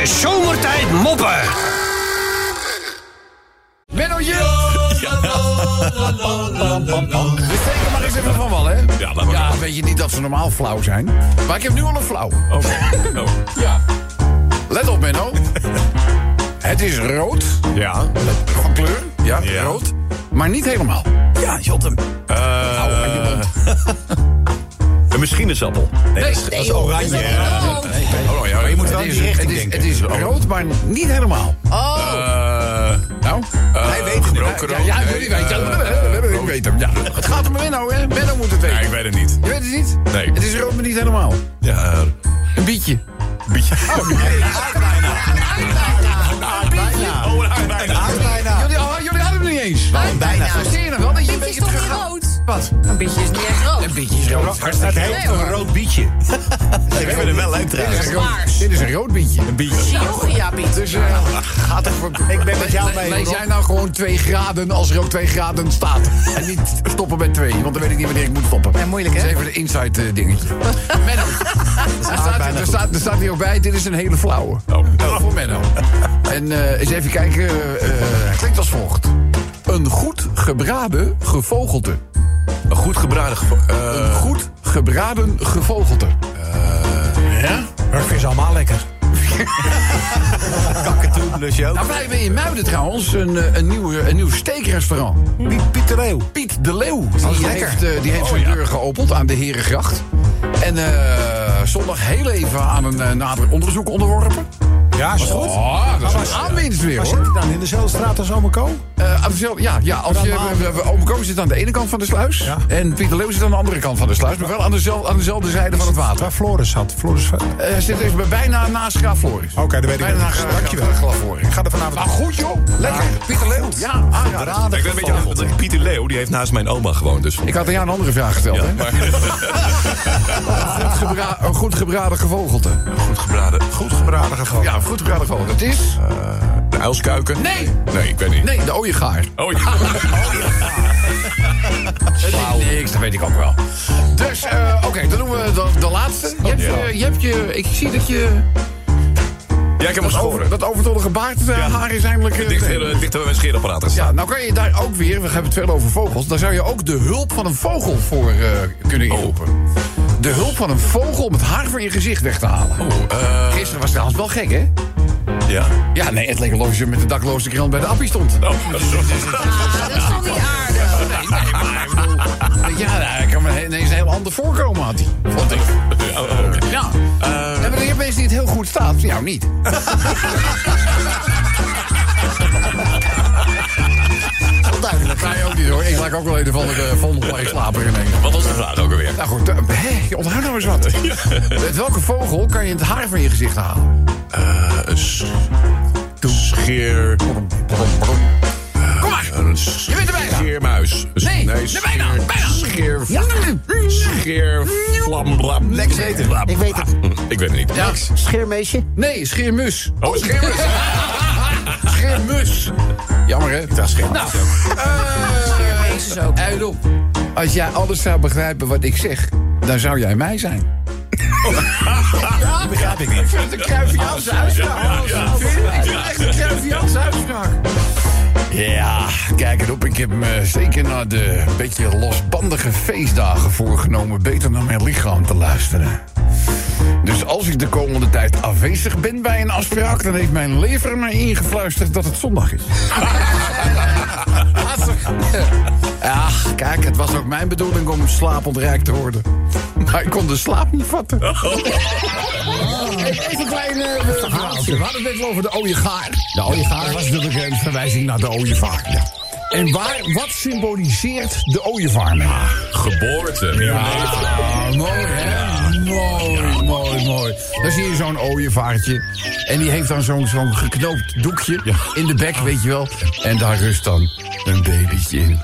Zomertijd moppen. Bennootje! We steken maar eens even van wal, hè? Ja, weet je niet dat ze normaal flauw zijn. Maar ik heb nu al een flauw. Oké. Oh. Ja. Let op, Benno. Het is rood. Ja. Van kleur. Ja, Ja. rood. Maar niet helemaal. Ja, jot hem. Een machinesappel. Nee, Dat is oranje. Oh, ja, je moet wel in die richting denken. Het is rood, maar niet helemaal. Nou? Hij weet het. Gebroken rood. Ja, jullie weten het. Ik weet hem. Ja. Het gaat om Benno, hè? Benno moet het weten. Nee, ik weet het niet. Je weet het niet? Nee. Het is rood, maar niet helemaal. Ja, Een bietje. beetje. Oh, nee. Aardbeina. Jullie hadden het niet eens. Bijna. Zie je nog wel dat je een Bietje is beetje toch terug niet gaat? rood? Wat? Een bietje is niet echt rood. Een bietje is rood. Het heeft toch een rood bietje. Ik vind het wel leuk Dit trouwens. is een rood, dit is een rood bietje. Een bietje. Georgia-biet. Dus gaat er voor... Ik ben met jou mee. Lees Rob. jij nou gewoon 2 graden als er ook 2 graden staat. En niet stoppen bij 2, want dan weet ik niet wanneer ik moet stoppen. Ja, moeilijk, hè? Dat is even de inside dingetje. Menno. Er staat hier ook bij, dit is een hele flauwe. Voor Menno. En eens even kijken, hij klinkt als volgt. Een goed gebraden gevogelte. Een goed gebraden Een goed gebraden gevogelte. Ja? Ik vind ze allemaal lekker. Kakatoen, plus jou. Nou, wij hebben in Muiden trouwens een nieuw steakrestaurant. Piet de Leeuw. Piet de Leeuw. is Die lekker. heeft zijn deur geopend aan de Herengracht. En zondag heel even aan een nader onderzoek onderworpen. Ja, is goed. Oh, dat is een aanwinst weer, Waar hoor. zit hij dan? In dezelfde straat als Omeco? Ja, als je Ome Koos zit aan de ene kant van de sluis. Ja. En Piet de Leeuw zit aan de andere kant van de sluis. Maar wel aan dezelfde zijde van het water. Waar Floris zat. Floris. Hij zit even bijna naast Graaf Floris. Oké, dat weet ik Bijna wel. naast Dankjewel. Graaf Floris. Ik ga er vanavond. Nou, goed joh. Lekker. Piet de Leeuw. Ja, aanrader. Ik weet een beetje dat Pieter Leeuw, die heeft naast mijn oma gewoond. Dus Ik had aan jou een andere vraag gesteld, hè? maar Een goed gebraden gevogelte. goed gebraden geval. Ja, een goed gebraden gevogelte. Het is... De uilskuiken? Nee. Nee, ik weet niet. Nee, de ooiegaar. Oh, ja. Dat is niks, dat weet ik ook wel. Dus, oké, dan doen we de laatste. Ik zie dat je... Ja, ik heb hem schoren. Dat overtollige baardhaar is eindelijk... Dicht bij mijn scheerapparaat gestaan. Ja, nou kan je daar ook weer, we hebben het veel over vogels... daar zou je ook de hulp van een vogel voor kunnen inroepen. De hulp van een vogel om het haar van je gezicht weg te halen. Gisteren was trouwens wel gek, hè? Ja. Ja, nee, het leek alsof je met de dakloze krant bij de appie stond. Oh, dat is Ah, dat is toch niet aardig? Nee, maar ik bedoel... Ja, hij kan me ineens een heel ander voorkomen, had hij. Vond ik. Ja. En maar je hebt mensen die het heel goed staat, voor jou niet. Duidelijk. Mij ook niet hoor. Ik lijk ook wel een van de vondelpark slaper in Engeland. Wat was de vraag ook alweer? Nou goed, je onthoudt nou eens wat. Met welke vogel kan je het haar van je gezicht halen? Een scheer... Kom maar! Je bent er bijna. Scheermuis. Nee, bijna. Scheervlam. Lekker weten. Ik weet het. Ik weet het niet. Ja. Scheermeesje. Nee, scheermus. Oh, scheermus. Scheermus. Jammer, hè? Dat is scheermus. Nou, Jezus ook. Uidel, als jij alles zou begrijpen wat ik zeg, dan zou jij mij zijn. Dat begrijp ik niet. Ik vind het een Cruyffiaanse uitspraak. Ik vind het echt een Cruyffiaanse uitspraak. Ja, kijk erop. Ik heb me zeker naar de beetje losbandige feestdagen voorgenomen beter naar mijn lichaam te luisteren. Dus als ik de komende tijd afwezig ben bij een afspraak, dan heeft mijn lever mij ingefluisterd dat het zondag is. Ja, kijk, het was ook mijn bedoeling om slapend rijk te worden. Maar ik kon de slaap niet vatten. Even een klein verhaaltje. We hadden het net over de ooiegaar. De ooiegaar was natuurlijk een verwijzing naar de ooievaar. Ja. En wat symboliseert de ooievaar nou? Geboorte. Ja, mooi hè? Mooi. Dan zie je zo'n ooievaartje. En die heeft dan zo'n geknoopt doekje in de bek, weet je wel. En daar rust dan een babytje in.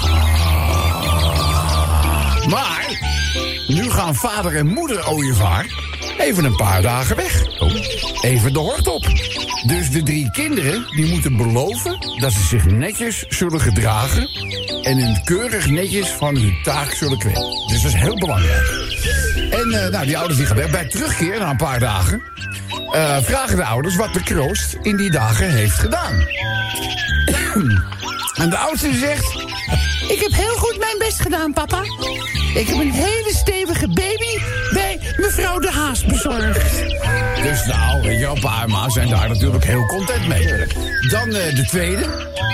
Maar nu gaan vader en moeder ooievaar even een paar dagen weg. Even de hort op. Dus de 3 kinderen die moeten beloven dat ze zich netjes zullen gedragen en hun keurig netjes van hun taak zullen kweken. Dus dat is heel belangrijk. En die ouders die gaan weg. Bij terugkeer na een paar dagen vragen de ouders wat de kroost in die dagen heeft gedaan. En de oudste zegt... Ik heb heel goed mijn best gedaan, papa. Ik heb een hele stevige baby bij mevrouw de Haas bezorgd. Dus nou, weet je wel, pa en ma zijn daar natuurlijk heel content mee. Dan de tweede.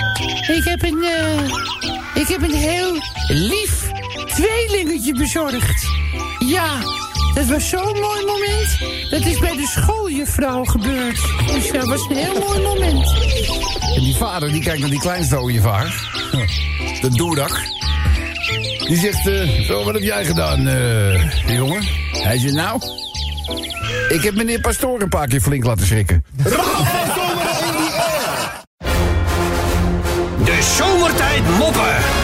Ik heb een heel lief tweelingetje bezorgd. Ja, dat was zo'n mooi moment. Dat is bij de schooljuffrouw gebeurd. Dus dat was een heel mooi moment. En die vader, die kijkt naar die kleinste ooievaar. De doerak. Die zegt, zo, wat heb jij gedaan, jongen? Hij zegt, nou... Ik heb meneer Pastoor een paar keer flink laten schrikken. De zomertijd moppen.